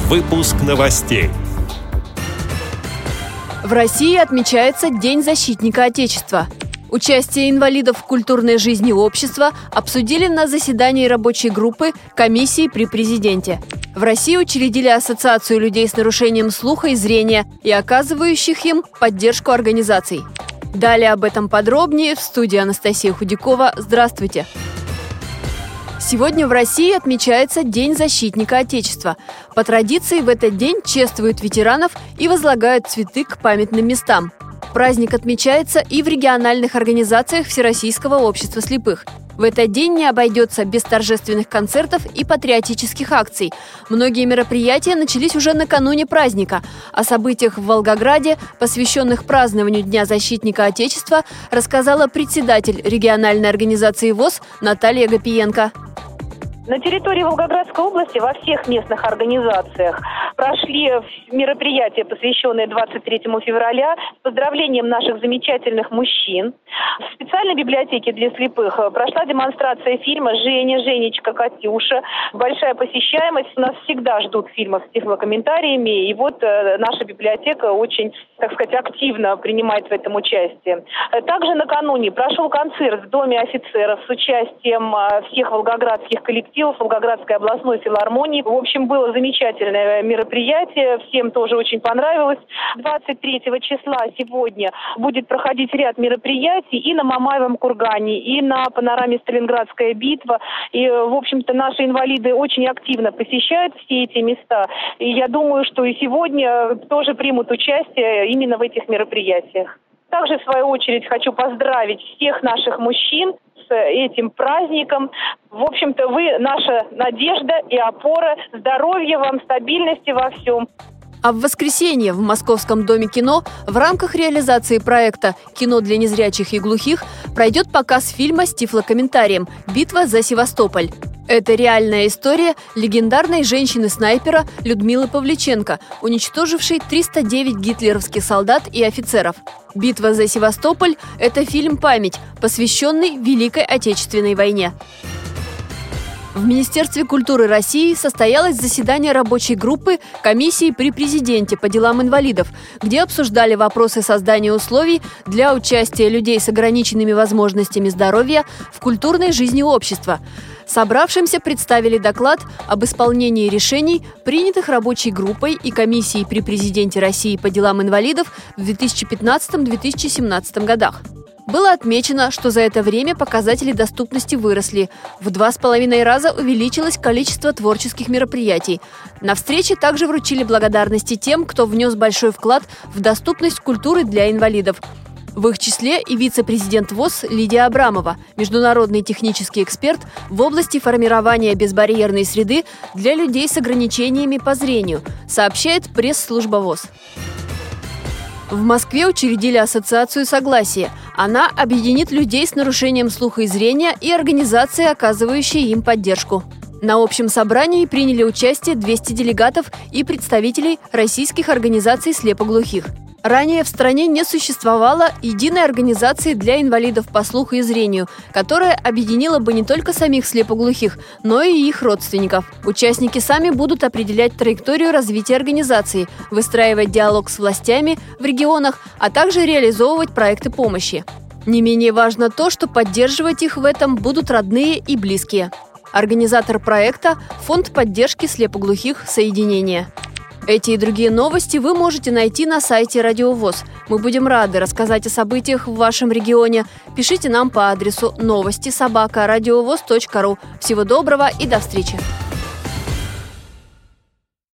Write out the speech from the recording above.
Выпуск новостей. В России отмечается День защитника Отечества. Участие инвалидов в культурной жизни общества обсудили на заседании рабочей группы комиссии при президенте. В России учредили Ассоциацию людей с нарушением слуха и зрения и оказывающих им поддержку организаций. Далее об этом подробнее в студии Анастасия Худякова. Здравствуйте! Сегодня в России отмечается День защитника Отечества. По традиции в этот день чествуют ветеранов и возлагают цветы к памятным местам. Праздник отмечается и в региональных организациях Всероссийского общества слепых. В этот день не обойдется без торжественных концертов и патриотических акций. Многие мероприятия начались уже накануне праздника. О событиях в Волгограде, посвященных празднованию Дня защитника Отечества, рассказала председатель региональной организации ВОС Наталья Гапиенко. На территории Волгоградской области во всех местных организациях прошли мероприятия, посвященные 23 февраля, с поздравлением наших замечательных мужчин. В специальной библиотеке для слепых прошла демонстрация фильма «Женя, Женечка, Катюша». Большая посещаемость. Нас всегда ждут фильмов с тифлокомментариями. И вот наша библиотека очень, так сказать, активно принимает в этом участие. Также накануне прошел концерт в Доме офицеров с участием всех волгоградских коллективов, Волгоградской областной филармонии. В общем, было замечательное мероприятие, всем тоже очень понравилось. 23 числа сегодня будет проходить ряд мероприятий и на Мамаевом кургане, и на панораме «Сталинградская битва». И, в общем-то, наши инвалиды очень активно посещают все эти места. И я думаю, что и сегодня тоже примут участие именно в этих мероприятиях. Также, в свою очередь, хочу поздравить всех наших мужчин с этим праздником. В общем-то, вы наша надежда и опора. Здоровья вам, стабильности во всем. А в воскресенье в Московском доме кино в рамках реализации проекта «Кино для незрячих и глухих» пройдет показ фильма с тифлокомментарием «Битва за Севастополь». Это реальная история легендарной женщины-снайпера Людмилы Павличенко, уничтожившей 309 гитлеровских солдат и офицеров. «Битва за Севастополь» – это фильм «Память», посвященный Великой Отечественной войне. В Министерстве культуры России состоялось заседание рабочей группы комиссии при президенте по делам инвалидов, где обсуждали вопросы создания условий для участия людей с ограниченными возможностями здоровья в культурной жизни общества. Собравшимся представили доклад об исполнении решений, принятых рабочей группой и комиссией при президенте России по делам инвалидов в 2015-2017 годах. Было отмечено, что за это время показатели доступности выросли. В 2,5 раза увеличилось количество творческих мероприятий. На встрече также вручили благодарности тем, кто внес большой вклад в доступность культуры для инвалидов. В их числе и вице-президент ВОС Лидия Абрамова, международный технический эксперт в области формирования безбарьерной среды для людей с ограничениями по зрению, сообщает пресс-служба ВОС. В Москве учредили Ассоциацию «Согласие». Она объединит людей с нарушением слуха и зрения и организации, оказывающие им поддержку. На общем собрании приняли участие 200 делегатов и представителей российских организаций слепоглухих. Ранее в стране не существовало единой организации для инвалидов по слуху и зрению, которая объединила бы не только самих слепоглухих, но и их родственников. Участники сами будут определять траекторию развития организации, выстраивать диалог с властями в регионах, а также реализовывать проекты помощи. Не менее важно то, что поддерживать их в этом будут родные и близкие. Организатор проекта – Фонд поддержки слепоглухих «Соединение». Эти и другие новости вы можете найти на сайте Радио ВОС. Мы будем рады рассказать о событиях в вашем регионе. Пишите нам по адресу новости@радиовос.ру. Всего доброго и до встречи!